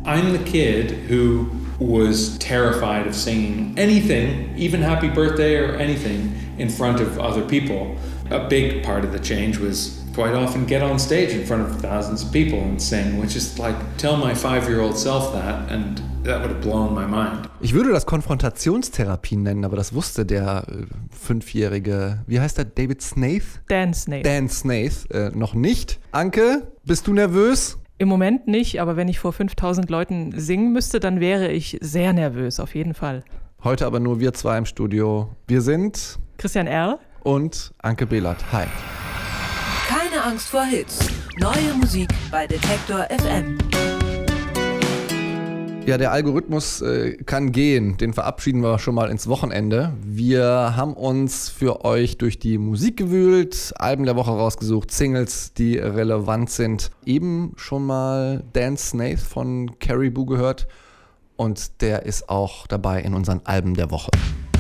I'm the kid who was terrified of singing anything, even Happy Birthday or anything, in front of other people. A big part of the change was quite often get on stage in front of thousands of people and sing, which is like, tell my 5-year-old self that, and that would have blown my mind. Ich würde das Konfrontationstherapie nennen, aber das wusste der 5-jährige, wie heißt der, David Snaith? Dan Snaith. Dan Snaith, noch nicht. Anke, bist du nervös? Im Moment nicht, aber wenn ich vor 5000 Leuten singen müsste, dann wäre ich sehr nervös, auf jeden Fall. Heute aber nur wir zwei im Studio. Wir sind Christian Erl und Anke Behlert. Hi. Keine Angst vor Hits. Neue Musik bei Detektor FM. Ja, der Algorithmus kann gehen. Den verabschieden wir schon mal ins Wochenende. Wir haben uns für euch durch die Musik gewühlt, Alben der Woche rausgesucht, Singles, die relevant sind. Eben schon mal Dan Snaith von Caribou gehört und der ist auch dabei in unseren Alben der Woche.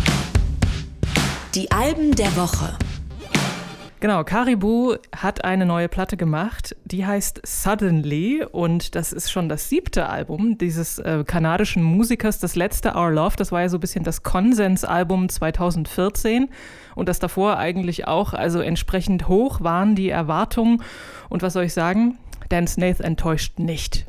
Die Alben der Woche. Genau, Caribou hat eine neue Platte gemacht, die heißt Suddenly und das ist schon das 7. Album dieses kanadischen Musikers. Das letzte Our Love, das war ja so ein bisschen das Konsensalbum 2014 und das davor eigentlich auch, also entsprechend hoch waren die Erwartungen und was soll ich sagen, Dan Snaith enttäuscht nicht.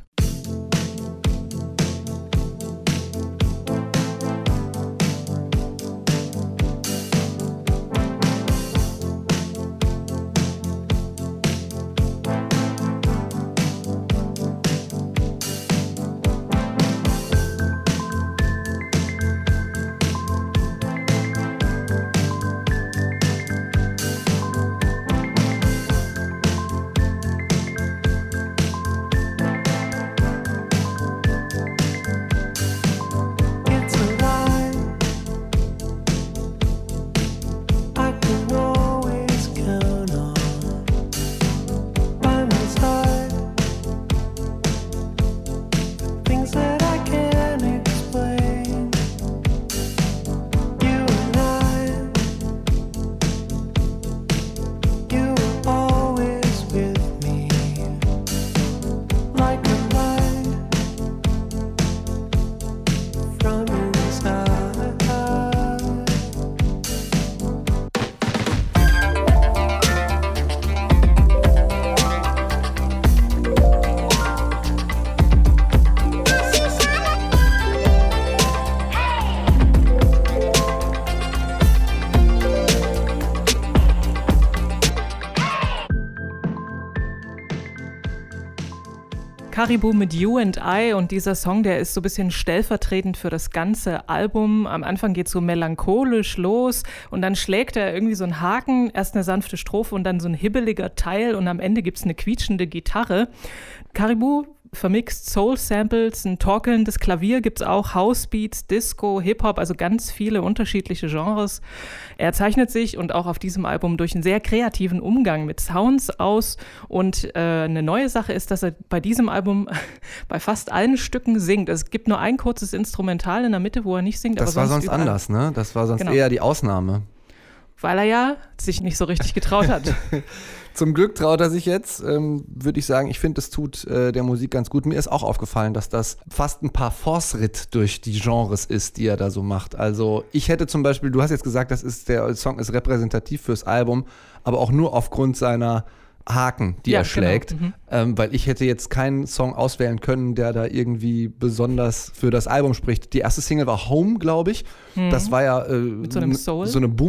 Caribou mit You and I und dieser Song, der ist so ein bisschen stellvertretend für das ganze Album. Am Anfang geht es so melancholisch los und dann schlägt er irgendwie so einen Haken, erst eine sanfte Strophe und dann so ein hibbeliger Teil und am Ende gibt es eine quietschende Gitarre. Caribou vermixt Soul-Samples, ein torkelndes Klavier gibt's auch, Housebeats, Disco, Hip-Hop, also ganz viele unterschiedliche Genres. Er zeichnet sich und auch auf diesem Album durch einen sehr kreativen Umgang mit Sounds aus und eine neue Sache ist, dass er bei diesem Album bei fast allen Stücken singt. Es gibt nur ein kurzes Instrumental in der Mitte, wo er nicht singt. Das war sonst überall anders, ne? Das war sonst eher die Ausnahme. Weil er ja sich nicht so richtig getraut hat. Zum Glück traut er sich jetzt, würde ich sagen. Ich finde, das tut der Musik ganz gut. Mir ist auch aufgefallen, dass das fast ein Parforce-Ritt durch die Genres ist, die er da so macht. Also ich hätte zum Beispiel, du hast jetzt gesagt, der Song ist repräsentativ fürs Album, aber auch nur aufgrund seiner Haken, die er schlägt, genau. Weil ich hätte jetzt keinen Song auswählen können, der da irgendwie besonders für das Album spricht. Die erste Single war Home, glaube ich. Das war ja mit so einem Soul? So eine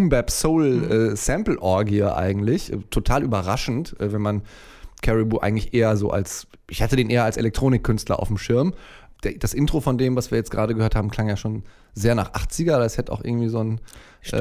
Boom-Bap-Soul-Sample-Orgie eigentlich. Total überraschend, wenn man Caribou eigentlich eher so ich hatte den eher als Elektronikkünstler auf dem Schirm. Das Intro von dem, was wir jetzt gerade gehört haben, klang ja schon sehr nach 80er. Das hätte auch irgendwie so ein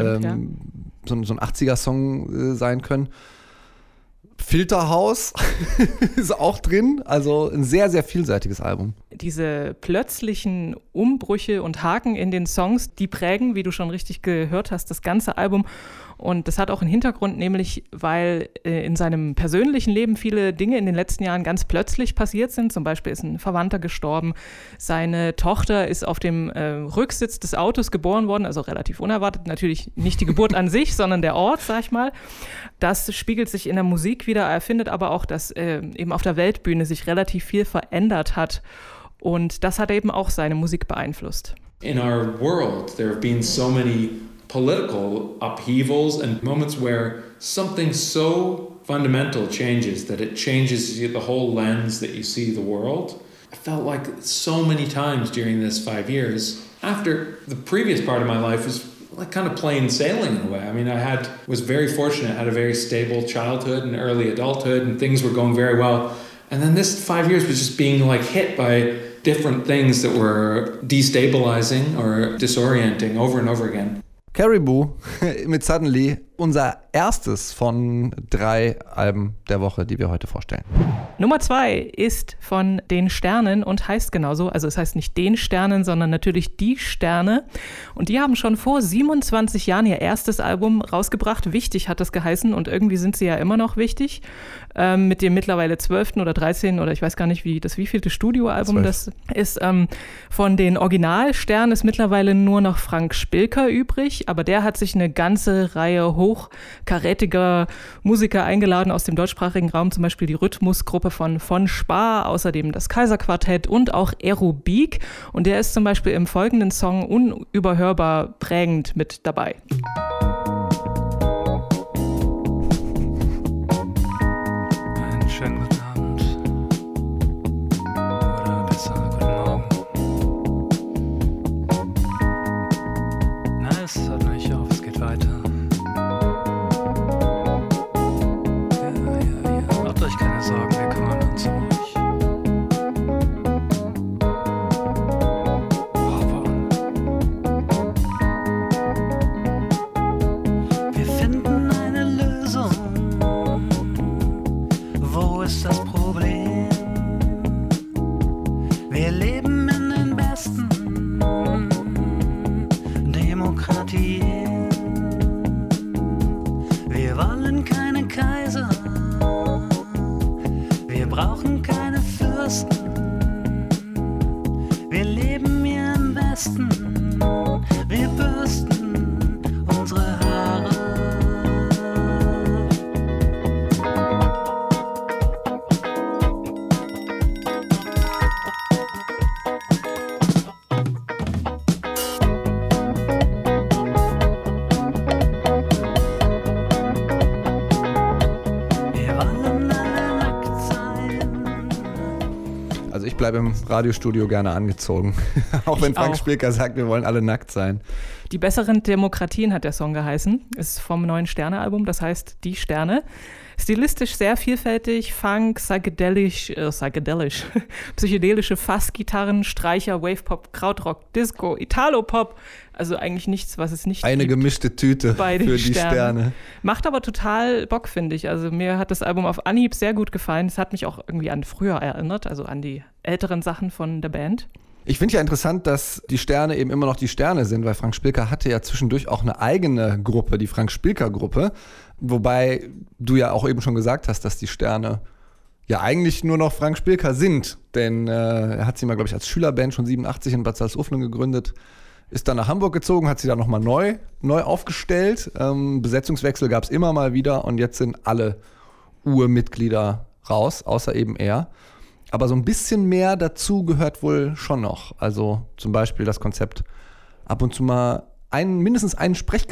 80er-Song sein können. Filterhaus ist auch drin, also ein sehr, sehr vielseitiges Album. Diese plötzlichen Umbrüche und Haken in den Songs, die prägen, wie du schon richtig gehört hast, das ganze Album. Und das hat auch einen Hintergrund, nämlich weil in seinem persönlichen Leben viele Dinge in den letzten Jahren ganz plötzlich passiert sind. Zum Beispiel ist ein Verwandter gestorben, seine Tochter ist auf dem Rücksitz des Autos geboren worden, also relativ unerwartet. Natürlich nicht die Geburt an sich, sondern der Ort, sag ich mal. Das spiegelt sich in der Musik wieder. Er findet aber auch, dass eben auf der Weltbühne sich relativ viel verändert hat. Und das hat eben auch seine Musik beeinflusst. In our world, there have been so many political upheavals and moments where something so fundamental changes that it changes the whole lens that you see the world. I felt like so many times during this 5 years, after the previous part of my life was like kind of plain sailing in a way. I mean, was very fortunate, had a very stable childhood and early adulthood, and things were going very well. And then this 5 years was just being like hit by different things that were destabilizing or disorienting over and over again. Caribou mit Suddenly, unser erstes von 3 Alben der Woche, die wir heute vorstellen. Nummer 2 ist von den Sternen und heißt genauso, also es heißt nicht den Sternen, sondern natürlich die Sterne. Und die haben schon vor 27 Jahren ihr erstes Album rausgebracht. Wichtig hat das geheißen und irgendwie sind sie ja immer noch wichtig. Mit dem mittlerweile 12. oder 13. oder ich weiß gar nicht, wievielte Studioalbum 12. Das ist. Von den Originalsternen ist mittlerweile nur noch Frank Spilker übrig, aber der hat sich eine ganze Reihe hochkarätiger Musiker eingeladen aus dem deutschsprachigen Raum, zum Beispiel die Rhythmusgruppe von Spar, außerdem das Kaiserquartett und auch Aerobik. Und der ist zum Beispiel im folgenden Song unüberhörbar prägend mit dabei. Einen schönen guten Abend. Oder besser, guten Morgen. Na, es hört noch nicht auf, es geht weiter. Macht euch keine Sorgen, wir kümmern uns um euch. Wir finden eine Lösung. Wo ist das Problem? Wir leben in den besten Demokratien. Wir wollen keine Kaiser. Wir brauchen keine Fürsten. Wir leben hier im Westen. Wir bürsten unsere Haare. Wir wollen alle nackt sein. Also ich bleibe im Radiostudio gerne angezogen. Auch wenn Frank Spilker sagt, wir wollen alle nackt sein. Die besseren Demokratien hat der Song geheißen. Ist vom neuen Sterne-Album, das heißt Die Sterne. Stilistisch sehr vielfältig, Funk, psychedelische Fassgitarren, Streicher, Wavepop, Krautrock, Disco, Italopop. Also eigentlich nichts, was es nicht Eine gibt gemischte Tüte bei den für die Sterne. Macht aber total Bock, finde ich. Also mir hat das Album auf Anhieb sehr gut gefallen. Es hat mich auch irgendwie an früher erinnert, also an die älteren Sachen von der Band. Ich finde ja interessant, dass die Sterne eben immer noch die Sterne sind, weil Frank Spilker hatte ja zwischendurch auch eine eigene Gruppe, die Frank-Spilker-Gruppe. Wobei du ja auch eben schon gesagt hast, dass die Sterne ja eigentlich nur noch Frank Spilker sind. Denn er hat sie mal, glaube ich, als Schülerband schon 87 in Bad Salzuflen gegründet. Ist dann nach Hamburg gezogen, hat sie dann nochmal neu aufgestellt. Besetzungswechsel gab es immer mal wieder und jetzt sind alle Urmitglieder raus, außer eben er. Aber so ein bisschen mehr dazu gehört wohl schon noch. Also zum Beispiel das Konzept, ab und zu mal mindestens einen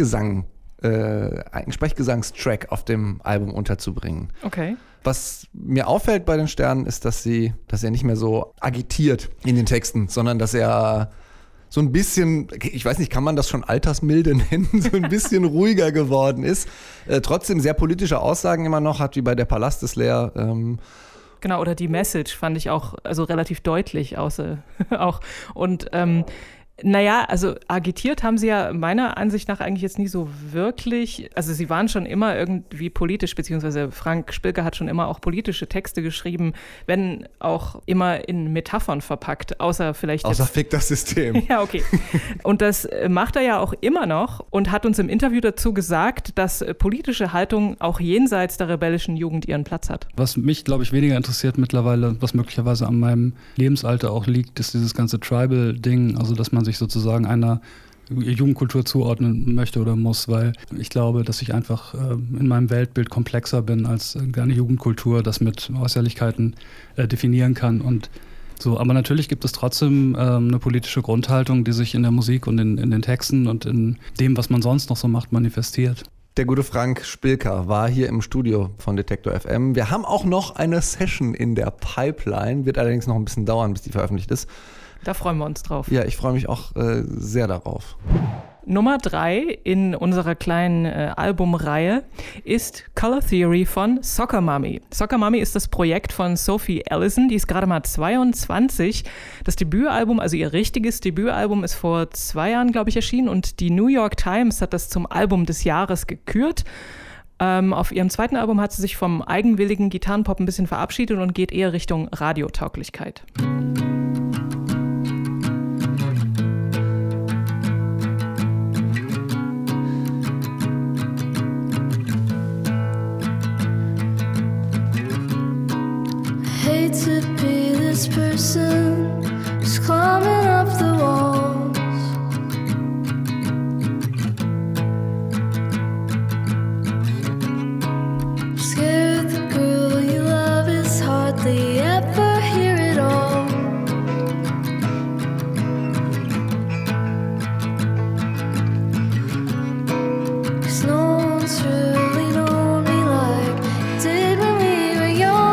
Sprechgesangstrack auf dem Album unterzubringen. Okay. Was mir auffällt bei den Sternen ist, dass er nicht mehr so agitiert in den Texten, sondern dass er so ein bisschen, ich weiß nicht, kann man das schon Altersmilde nennen, so ein bisschen ruhiger geworden ist. Trotzdem sehr politische Aussagen immer noch hat, wie bei Der Palast ist leer. Genau, oder die Message fand ich auch also relativ deutlich auch. Und naja, also agitiert haben sie ja meiner Ansicht nach eigentlich jetzt nie so wirklich. Also sie waren schon immer irgendwie politisch, beziehungsweise Frank Spilker hat schon immer auch politische Texte geschrieben, wenn auch immer in Metaphern verpackt, außer Fick das System. Ja, okay. Und das macht er ja auch immer noch und hat uns im Interview dazu gesagt, dass politische Haltung auch jenseits der rebellischen Jugend ihren Platz hat. Was mich, glaube ich, weniger interessiert mittlerweile, was möglicherweise an meinem Lebensalter auch liegt, ist dieses ganze Tribal-Ding, also dass man sich sozusagen einer Jugendkultur zuordnen möchte oder muss, weil ich glaube, dass ich einfach in meinem Weltbild komplexer bin als eine Jugendkultur, das mit Äußerlichkeiten definieren kann. Und So, aber natürlich gibt es trotzdem eine politische Grundhaltung, die sich in der Musik und in den Texten und in dem, was man sonst noch so macht, manifestiert. Der gute Frank Spilker war hier im Studio von Detektor FM. Wir haben auch noch eine Session in der Pipeline, wird allerdings noch ein bisschen dauern, bis die veröffentlicht ist. Da freuen wir uns drauf. Ja, ich freue mich auch sehr darauf. Nummer 3 in unserer kleinen Albumreihe ist Color Theory von Soccer Mommy. Soccer Mommy ist das Projekt von Sophie Allison, die ist gerade mal 22. Das Debütalbum, also ihr richtiges Debütalbum, ist vor 2 Jahren, glaube ich, erschienen und die New York Times hat das zum Album des Jahres gekürt. Auf ihrem zweiten Album hat sie sich vom eigenwilligen Gitarrenpop ein bisschen verabschiedet und geht eher Richtung Radiotauglichkeit. Hate to be this person who's climbing up the walls. Scared the girl you love is hardly ever hear it all. 'Cause no one's really known me like it did when we were young.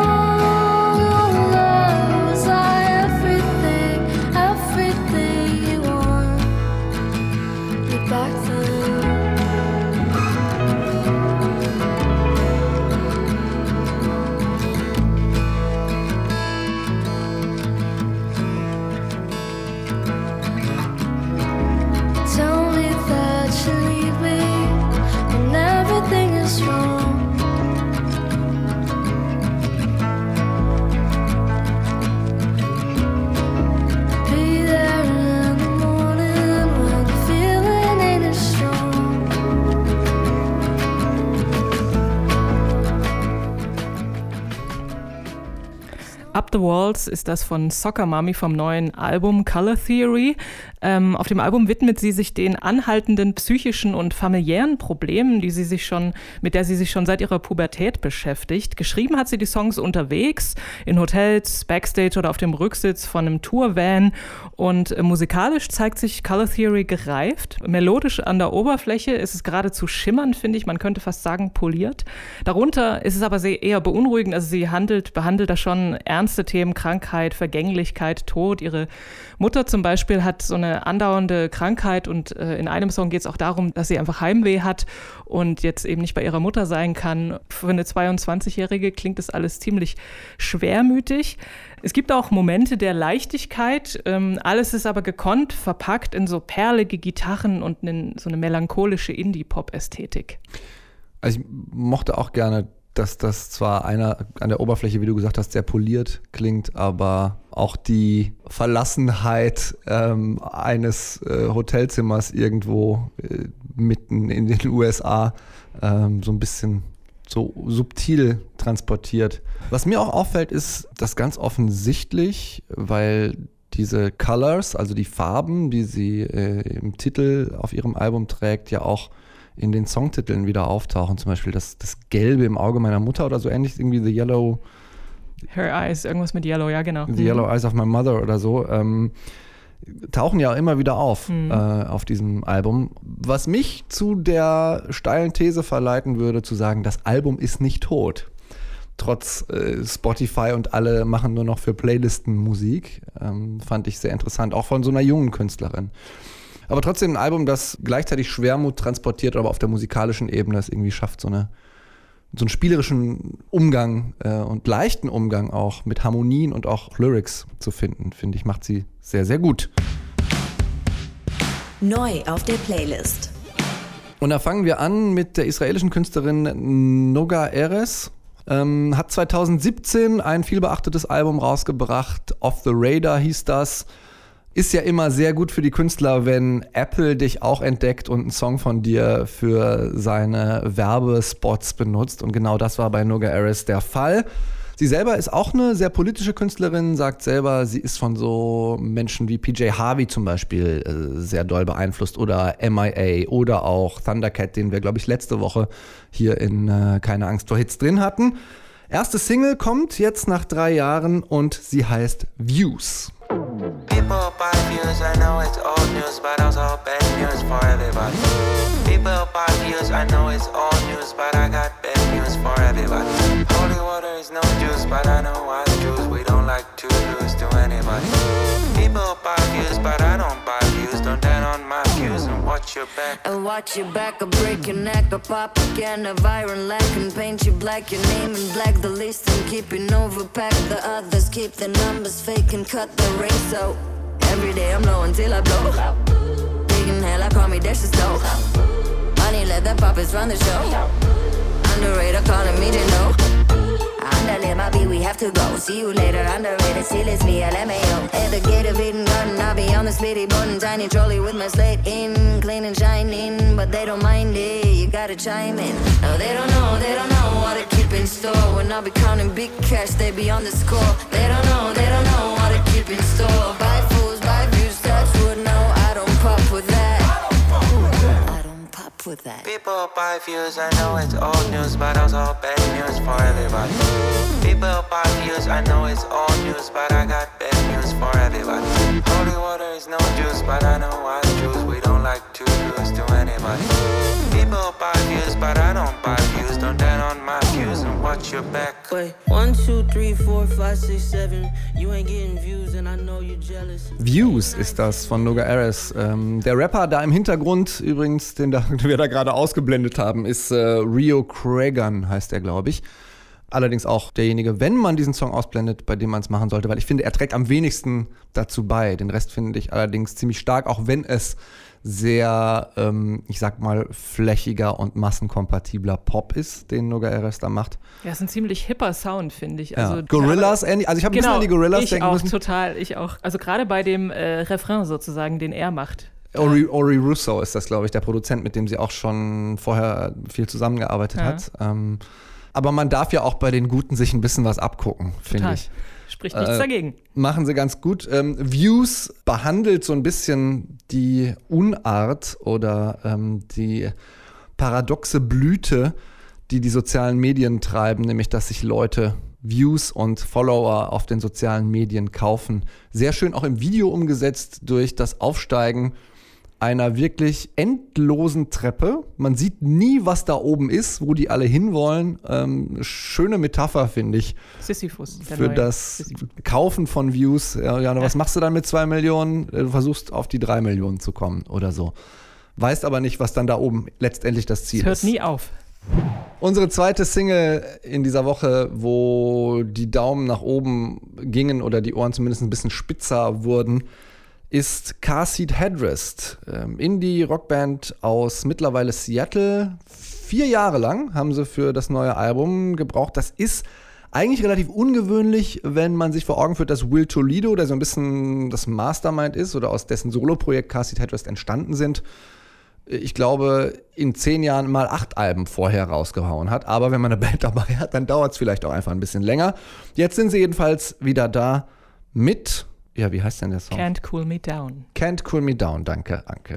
Up the Walls ist das von Soccer Mommy vom neuen Album Color Theory. Auf dem Album widmet sie sich den anhaltenden psychischen und familiären Problemen, mit der sie sich schon seit ihrer Pubertät beschäftigt. Geschrieben hat sie die Songs unterwegs, in Hotels, Backstage oder auf dem Rücksitz von einem Tourvan. Und musikalisch zeigt sich Color Theory gereift. Melodisch an der Oberfläche ist es geradezu schimmernd, finde ich. Man könnte fast sagen poliert. Darunter ist es aber eher beunruhigend. Also sie behandelt da schon ernste Themen, Krankheit, Vergänglichkeit, Tod. Ihre Mutter zum Beispiel hat so eine andauernde Krankheit und in einem Song geht es auch darum, dass sie einfach Heimweh hat und jetzt eben nicht bei ihrer Mutter sein kann. Für eine 22-Jährige klingt das alles ziemlich schwermütig. Es gibt auch Momente der Leichtigkeit. Alles ist aber gekonnt, verpackt in so perlige Gitarren und so eine melancholische Indie-Pop-Ästhetik. Also ich mochte auch gerne, dass das zwar an der Oberfläche, wie du gesagt hast, sehr poliert klingt, aber auch die Verlassenheit eines Hotelzimmers irgendwo mitten in den USA so ein bisschen so subtil transportiert. Was mir auch auffällt, ist, dass ganz offensichtlich, weil diese Colors, also die Farben, die sie im Titel auf ihrem Album trägt, ja auch in den Songtiteln wieder auftauchen. Zum Beispiel das Gelbe im Auge meiner Mutter oder so ähnlich, irgendwie The Yellow... Her Eyes, irgendwas mit Yellow, ja genau. The Yellow Eyes of My Mother oder so. Tauchen ja immer wieder auf diesem Album. Was mich zu der steilen These verleiten würde, zu sagen, das Album ist nicht tot. Trotz Spotify und alle machen nur noch für Playlisten Musik. Fand ich sehr interessant, auch von so einer jungen Künstlerin. Aber trotzdem ein Album, das gleichzeitig Schwermut transportiert, aber auf der musikalischen Ebene es irgendwie schafft, so einen spielerischen Umgang und leichten Umgang auch mit Harmonien und auch Lyrics zu finden, finde ich, macht sie sehr, sehr gut. Neu auf der Playlist. Und da fangen wir an mit der israelischen Künstlerin Noga Erez. Hat 2017 ein vielbeachtetes Album rausgebracht, Off the Radar hieß das. Ist ja immer sehr gut für die Künstler, wenn Apple dich auch entdeckt und einen Song von dir für seine Werbespots benutzt. Und genau das war bei Noga Erez der Fall. Sie selber ist auch eine sehr politische Künstlerin, sagt selber, sie ist von so Menschen wie PJ Harvey zum Beispiel sehr doll beeinflusst oder MIA oder auch Thundercat, den wir, glaube ich, letzte Woche hier in Keine Angst vor Hits drin hatten. Erste Single kommt jetzt nach 3 Jahren und sie heißt Views. People buy views, I know it's old news, but also bad news for everybody. People buy views, I know it's old news, but I got bad news for everybody. Holy water is no juice, but I know wise Jews, we don't like to lose to anybody. People buy views, but I don't buy views, don't down on my views and watch your back. And watch your back, I'll break your neck, I'll pop again, of iron lack and paint you black, your name in black, the list and keeping overpacked, the others keep their numbers fake and cut the ring, so every day I'm low until I blow. Digging hell, I call me Dash the Stove. Money, let the puppets run the show. Underrated, calling me to know. Underlay my beat, we have to go. See you later, underrated, still it's me, LMAO. At the gate of Eden Garden, I'll be on the speedy button. Tiny trolley with my slate in, clean and shining. But they don't mind it, you gotta chime in. No, they don't know what to keep in store. When I'll be counting big cash, they be on the score. They don't know what to keep in store. Buy fools, buy views, that's what, no, I don't pop with that. I don't pop with that. People buy views, I know it's old news, but also bad news for everybody. People buy views, I know it's old news, but I got bad news for everybody. Holy water is no juice, but I know wise Jews, we don't like to lose to anybody. People buy views, but I don't buy views, don't down on my views and watch your back. Wait, 1, 2, 3, 4, 5, 6, 7, you ain't getting views and I know you're jealous. Views ist das von Noga Erez. Der Rapper da im Hintergrund, übrigens, den wir da gerade ausgeblendet haben, ist Rio Cregan, heißt er, glaube ich. Allerdings auch derjenige, wenn man diesen Song ausblendet, bei dem man es machen sollte, weil ich finde, er trägt am wenigsten dazu bei. Den Rest finde ich allerdings ziemlich stark, auch wenn es sehr, ich sag mal, flächiger und massenkompatibler Pop ist, den Noga Erez da macht. Ja, ist ein ziemlich hipper Sound, finde ich. Ja. Also, Gorillaz, also ich habe ein bisschen an die Gorillaz denken müssen. Ich auch. Also gerade bei dem Refrain sozusagen, den er macht. Ori Russo ist das, glaube ich, der Produzent, mit dem sie auch schon vorher viel zusammengearbeitet hat. Aber man darf ja auch bei den Guten sich ein bisschen was abgucken, finde ich. Spricht nichts dagegen. Machen sie ganz gut. Views behandelt so ein bisschen die Unart oder die paradoxe Blüte, die sozialen Medien treiben, nämlich dass sich Leute Views und Follower auf den sozialen Medien kaufen. Sehr schön auch im Video umgesetzt durch das Aufsteigen einer wirklich endlosen Treppe. Man sieht nie, was da oben ist, wo die alle hinwollen. Schöne Metapher, finde ich. Sisyphus. Für das Kaufen von Views. Ja, was machst du dann mit 2 Millionen? Du versuchst auf die 3 Millionen zu kommen oder so. Weißt aber nicht, was dann da oben letztendlich das Ziel ist. Es hört nie auf. Unsere zweite Single in dieser Woche, wo die Daumen nach oben gingen oder die Ohren zumindest ein bisschen spitzer wurden, ist Car Seat Headrest. Indie-Rockband aus mittlerweile Seattle. 4 Jahre lang haben sie für das neue Album gebraucht. Das ist eigentlich relativ ungewöhnlich, wenn man sich vor Augen führt, dass Will Toledo, der so ein bisschen das Mastermind ist oder aus dessen Soloprojekt Car Seat Headrest entstanden sind, ich glaube, in 10 Jahren mal 8 Alben vorher rausgehauen hat. Aber wenn man eine Band dabei hat, dann dauert es vielleicht auch einfach ein bisschen länger. Jetzt sind sie jedenfalls wieder da mit, ja, wie heißt denn der Song? Can't Cool Me Down. Can't Cool Me Down, danke, Anke.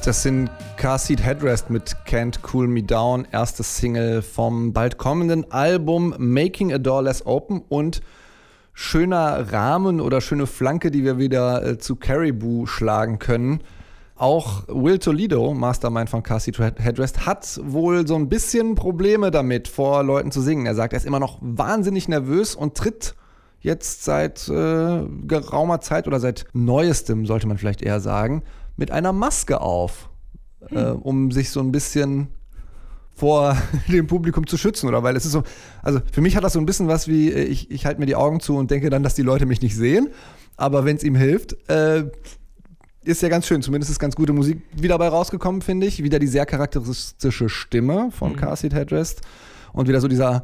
Das sind Car Seat Headrest mit Can't Cool Me Down, erste Single vom bald kommenden Album Making a Door Less Open und schöner Rahmen oder schöne Flanke, die wir wieder zu Caribou schlagen können. Auch Will Toledo, Mastermind von Car Seat Headrest, hat wohl so ein bisschen Probleme damit, vor Leuten zu singen. Er sagt, er ist immer noch wahnsinnig nervös und tritt jetzt seit geraumer Zeit oder seit neuestem, sollte man vielleicht eher sagen, mit einer Maske auf, um sich so ein bisschen vor dem Publikum zu schützen. Oder weil es ist so, also für mich hat das so ein bisschen was wie, ich halte mir die Augen zu und denke dann, dass die Leute mich nicht sehen. Aber wenn es ihm hilft, ist ja ganz schön. Zumindest ist ganz gute Musik wieder dabei rausgekommen, finde ich. Wieder die sehr charakteristische Stimme von Car Seat Headrest. Und wieder so dieser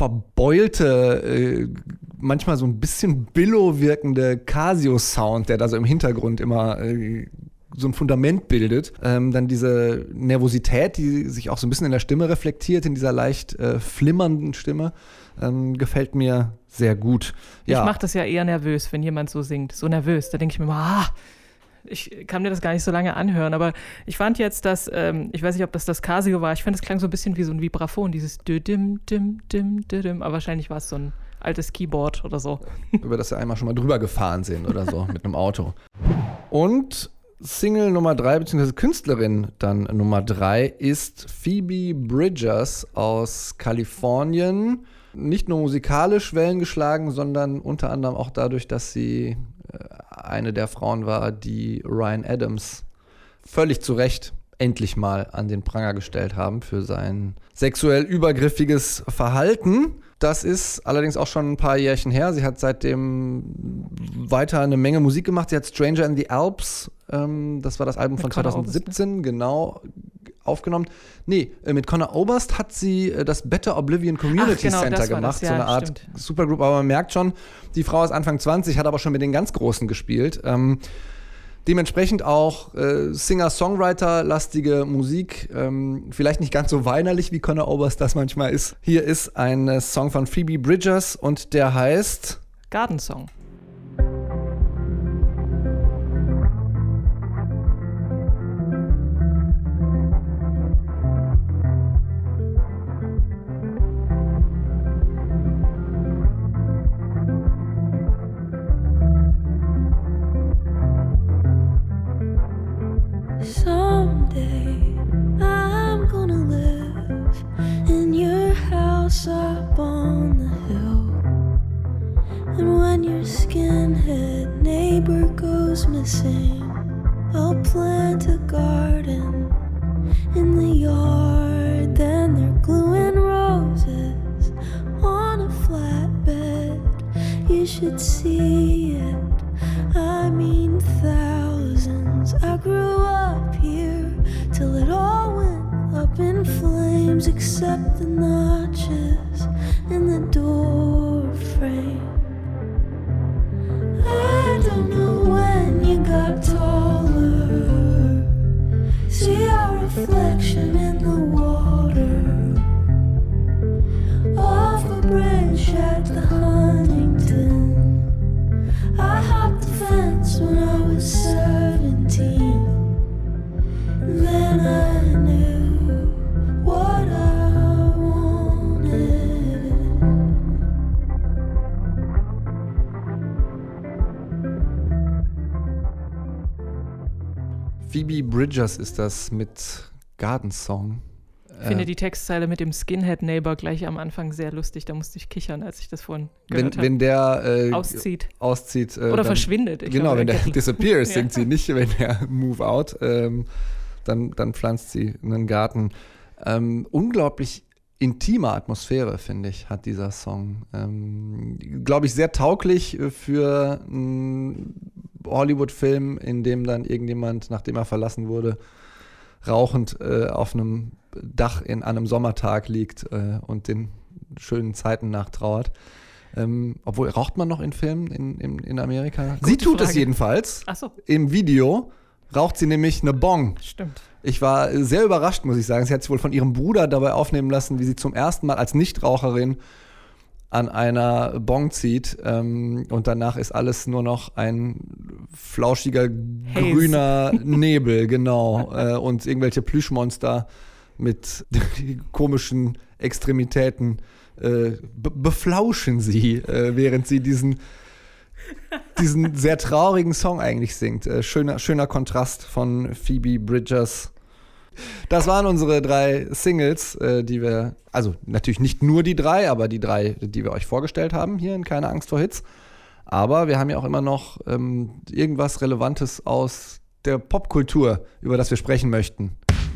verbeulte, manchmal so ein bisschen billow wirkende Casio-Sound, der da so im Hintergrund immer so ein Fundament bildet. Dann diese Nervosität, die sich auch so ein bisschen in der Stimme reflektiert, in dieser leicht flimmernden Stimme, gefällt mir sehr gut. Ja. Ich mache das ja eher nervös, wenn jemand so singt. So nervös. Da denke ich mir immer, ich kann mir das gar nicht so lange anhören, aber ich fand jetzt, dass, ich weiß nicht, ob das Casio war, ich fand, es klang so ein bisschen wie so ein Vibraphon, dieses Düm, Dim, Dim, Dim, aber wahrscheinlich war es so ein altes Keyboard oder so. Über das wir einmal schon mal drüber gefahren sind oder so mit einem Auto. Und Single Nummer 3, beziehungsweise Künstlerin dann Nummer 3, ist Phoebe Bridgers aus Kalifornien. Nicht nur musikalisch Wellen geschlagen, sondern unter anderem auch dadurch, dass sie eine der Frauen war, die Ryan Adams völlig zu Recht endlich mal an den Pranger gestellt haben für sein sexuell übergriffiges Verhalten. Das ist allerdings auch schon ein paar Jährchen her. Sie hat seitdem weiter eine Menge Musik gemacht. Sie hat Stranger in the Alps, das war das Album von 2017, Oberst, ne? Genau, aufgenommen. Nee, mit Conor Oberst hat sie das Better Oblivion Community Center gemacht, so eine Art Supergroup. Aber man merkt schon, die Frau ist Anfang 20, hat aber schon mit den ganz Großen gespielt. Dementsprechend auch Singer-Songwriter-lastige Musik, vielleicht nicht ganz so weinerlich, wie Conor Oberst das manchmal ist. Hier ist ein Song von Phoebe Bridgers und der heißt Garden Song. Someday I'm gonna live in your house up on the hill. And when your skinhead neighbor goes missing, I'll plant a garden in the yard. Then they're gluing roses on a flatbed. You should see it, I mean thousands. I grew up here till it all went up in flames, except the notches in the door frame. I don't know when you got taller. See our reflection in the water off a bridge at the Huntington. I hopped the fence when I was 17. Then I knew what I wanted. Phoebe Bridgers ist das mit Garden Song. Ich finde die Textzeile mit dem Skinhead-Neighbor gleich am Anfang sehr lustig. Da musste ich kichern, als ich das vorhin gehört habe. Wenn der auszieht. Oder dann, verschwindet. Genau, wenn der disappears, singt sie nicht, wenn der move out, dann pflanzt sie einen Garten. Unglaublich intime Atmosphäre, finde ich, hat dieser Song. Glaube ich, sehr tauglich für einen Hollywood-Film, in dem dann irgendjemand, nachdem er verlassen wurde, rauchend auf einem Dach an einem Sommertag liegt und den schönen Zeiten nachtrauert. Obwohl, raucht man noch in Filmen in Amerika? Sie tut es jedenfalls. Ach so. Im Video raucht sie nämlich eine Bong. Stimmt. Ich war sehr überrascht, muss ich sagen. Sie hat sich wohl von ihrem Bruder dabei aufnehmen lassen, wie sie zum ersten Mal als Nichtraucherin an einer Bong zieht und danach ist alles nur noch ein flauschiger, grüner Nebel, genau. Und irgendwelche Plüschmonster mit komischen Extremitäten beflauschen sie, während sie diesen sehr traurigen Song eigentlich singt. Schöner Kontrast von Phoebe Bridgers. Das waren unsere 3 Singles, die wir, also natürlich nicht nur die 3, aber die 3, die wir euch vorgestellt haben hier in Keine Angst vor Hits. Aber wir haben ja auch immer noch irgendwas Relevantes aus der Popkultur, über das wir sprechen möchten.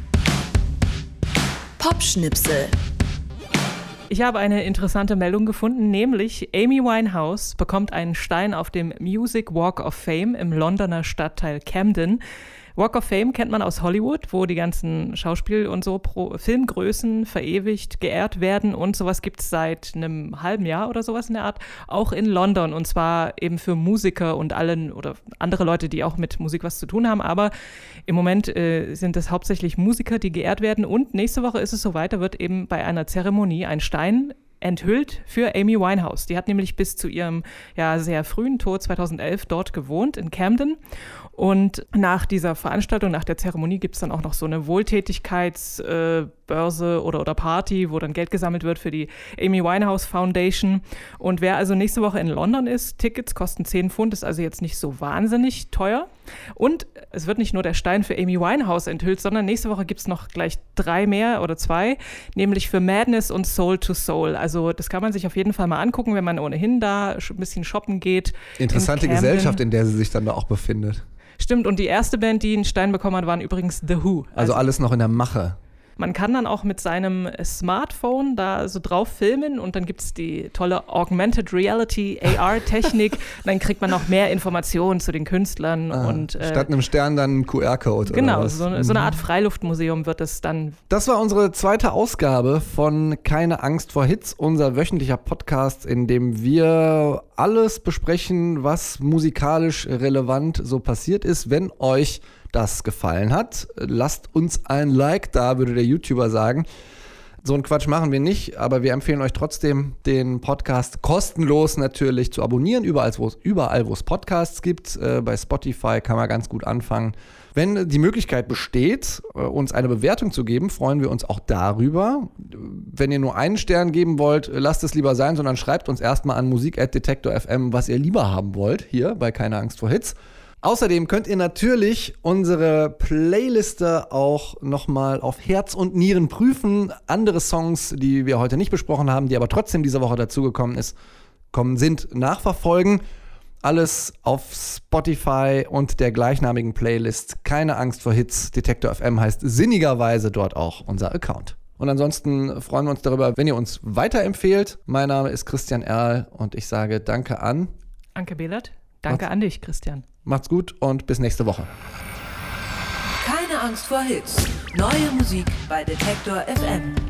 Popschnipsel. Ich habe eine interessante Meldung gefunden, nämlich Amy Winehouse bekommt einen Stein auf dem Music Walk of Fame im Londoner Stadtteil Camden. Walk of Fame kennt man aus Hollywood, wo die ganzen Schauspiel- und so Filmgrößen verewigt, geehrt werden und sowas gibt es seit einem halben Jahr oder sowas in der Art, auch in London und zwar eben für Musiker und allen oder andere Leute, die auch mit Musik was zu tun haben, aber im Moment sind es hauptsächlich Musiker, die geehrt werden und nächste Woche ist es soweit, da wird eben bei einer Zeremonie ein Stein enthüllt für Amy Winehouse. Die hat nämlich bis zu ihrem sehr frühen Tod 2011 dort gewohnt, in Camden. Und nach dieser Veranstaltung, nach der Zeremonie gibt es dann auch noch so eine Wohltätigkeitsbörse oder Party, wo dann Geld gesammelt wird für die Amy Winehouse Foundation. Und wer also nächste Woche in London ist, Tickets kosten 10 Pfund, ist also jetzt nicht so wahnsinnig teuer. Und es wird nicht nur der Stein für Amy Winehouse enthüllt, sondern nächste Woche gibt es noch gleich 3 mehr oder 2, nämlich für Madness und Soul to Soul. Also das kann man sich auf jeden Fall mal angucken, wenn man ohnehin da ein bisschen shoppen geht. Interessante Gesellschaft, in der sie sich dann da auch befindet. Stimmt, und die erste Band, die einen Stein bekommen hat, waren übrigens The Who. Also alles noch in der Mache. Man kann dann auch mit seinem Smartphone da so drauf filmen und dann gibt es die tolle Augmented Reality AR-Technik. Dann kriegt man noch mehr Informationen zu den Künstlern. Und statt einem Stern dann ein QR-Code. Genau, oder was? so eine Art Freiluftmuseum wird es dann. Das war unsere 2. Ausgabe von Keine Angst vor Hits, unser wöchentlicher Podcast, in dem wir alles besprechen, was musikalisch relevant so passiert ist. Wenn euch das gefallen hat, lasst uns ein Like da, würde der YouTuber sagen. So einen Quatsch machen wir nicht, aber wir empfehlen euch trotzdem, den Podcast kostenlos natürlich zu abonnieren, überall wo es Podcasts gibt. Bei Spotify kann man ganz gut anfangen. Wenn die Möglichkeit besteht, uns eine Bewertung zu geben, freuen wir uns auch darüber. Wenn ihr nur einen Stern geben wollt, lasst es lieber sein, sondern schreibt uns erstmal an musik@detektor.fm, was ihr lieber haben wollt, hier bei Keine Angst vor Hits. Außerdem könnt ihr natürlich unsere Playliste auch nochmal auf Herz und Nieren prüfen. Andere Songs, die wir heute nicht besprochen haben, die aber trotzdem diese Woche dazugekommen sind, nachverfolgen. Alles auf Spotify und der gleichnamigen Playlist. Keine Angst vor Hits. Detektor FM heißt sinnigerweise dort auch unser Account. Und ansonsten freuen wir uns darüber, wenn ihr uns weiterempfehlt. Mein Name ist Christian Erl und ich sage Danke an Anke Behlert. Danke an dich, Christian. Macht's gut und bis nächste Woche. Keine Angst vor Hits. Neue Musik bei Detektor FM.